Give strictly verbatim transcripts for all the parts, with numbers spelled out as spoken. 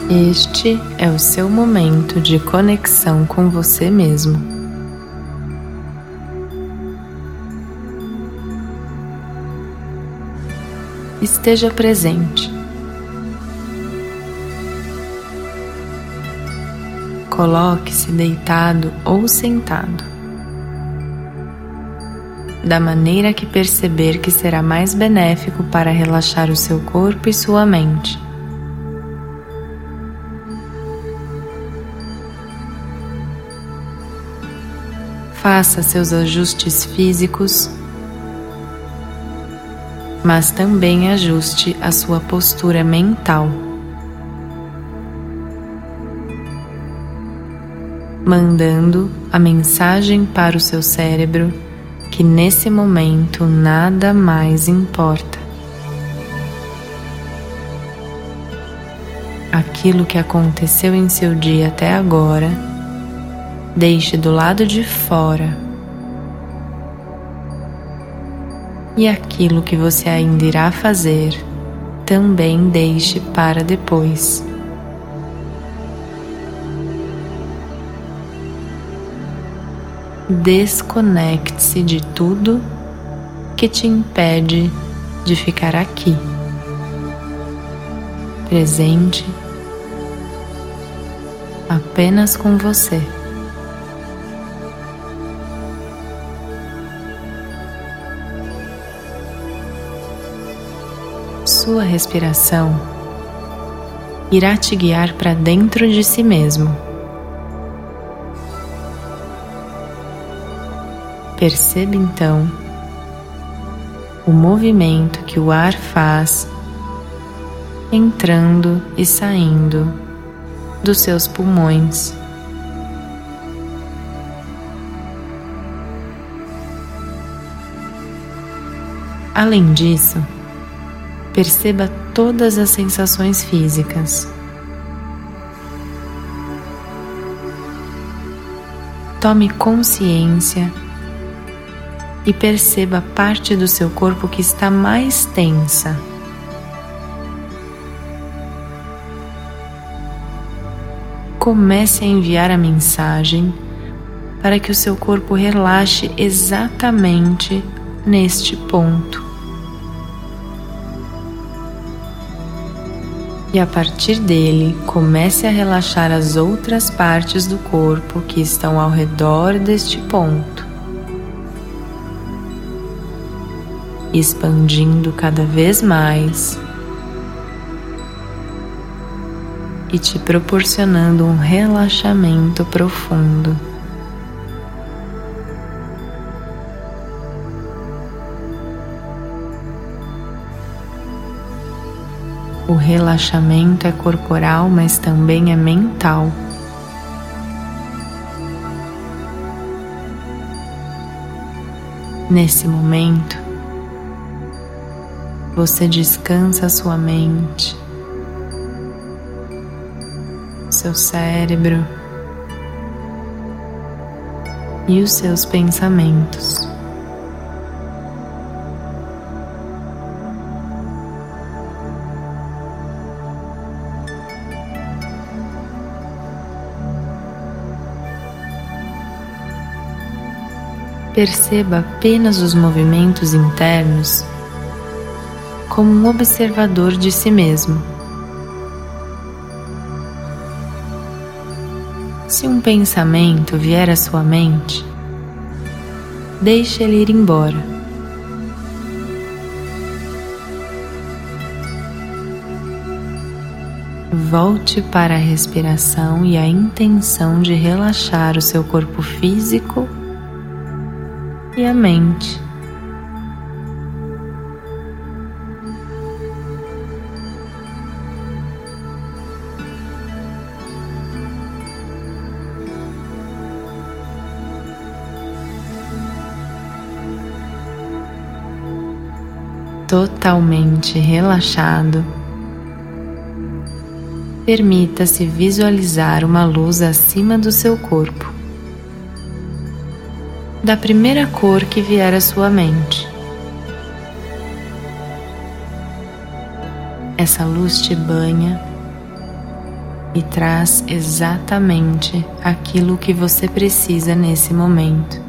Este é o seu momento de conexão com você mesmo. Esteja presente. Coloque-se deitado ou sentado, da maneira que perceber que será mais benéfico para relaxar o seu corpo e sua mente. Faça seus ajustes físicos, mas também ajuste a sua postura mental, mandando a mensagem para o seu cérebro que nesse momento nada mais importa. Aquilo que aconteceu em seu dia até agora, deixe do lado de fora. E aquilo que você ainda irá fazer, também deixe para depois. Desconecte-se de tudo que te impede de ficar aqui, presente, apenas com você. Sua respiração irá te guiar para dentro de si mesmo. Perceba então o movimento que o ar faz entrando e saindo dos seus pulmões. Além disso, perceba todas as sensações físicas. Tome consciência e perceba a parte do seu corpo que está mais tensa. Comece a enviar a mensagem para que o seu corpo relaxe exatamente neste ponto. E a partir dele, comece a relaxar as outras partes do corpo que estão ao redor deste ponto, expandindo cada vez mais e te proporcionando um relaxamento profundo. O relaxamento é corporal, mas também é mental. Nesse momento, você descansa a sua mente, seu cérebro e os seus pensamentos. Perceba apenas os movimentos internos como um observador de si mesmo. Se um pensamento vier à sua mente, deixe ele ir embora. Volte para a respiração e a intenção de relaxar o seu corpo físico e a mente. Totalmente relaxado, permita-se visualizar uma luz acima do seu corpo, da primeira cor que vier à sua mente. Essa luz te banha e traz exatamente aquilo que você precisa nesse momento.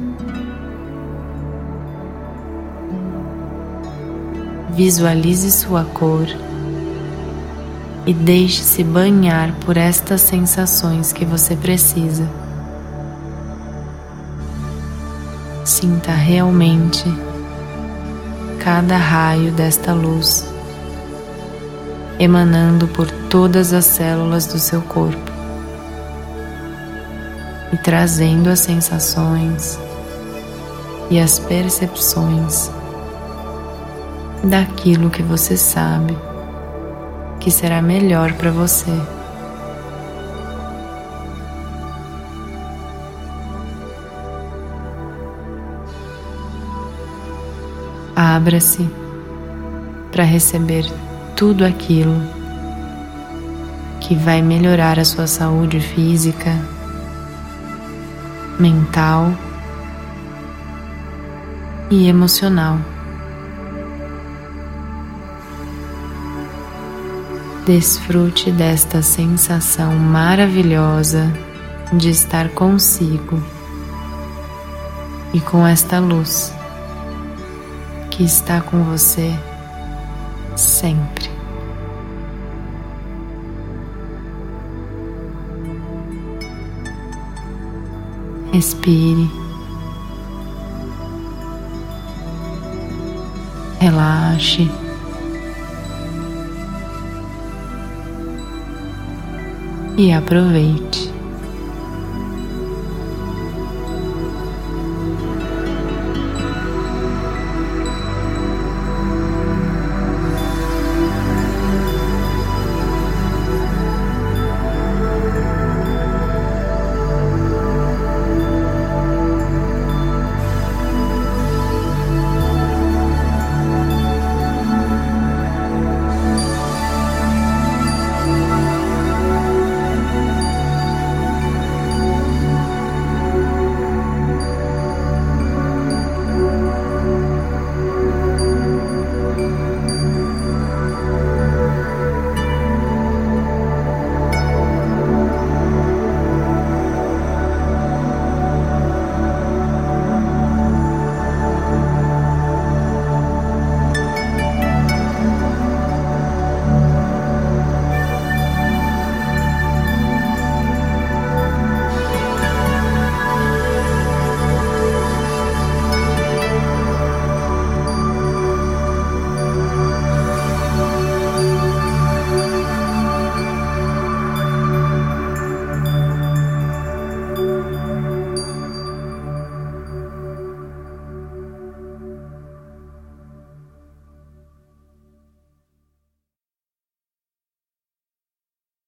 Visualize sua cor e deixe-se banhar por estas sensações que você precisa. Sinta realmente cada raio desta luz emanando por todas as células do seu corpo e trazendo as sensações e as percepções daquilo que você sabe que será melhor para você. Abra-se para receber tudo aquilo que vai melhorar a sua saúde física, mental e emocional. Desfrute desta sensação maravilhosa de estar consigo e com esta luz que está com você sempre. Respire, relaxe e aproveite.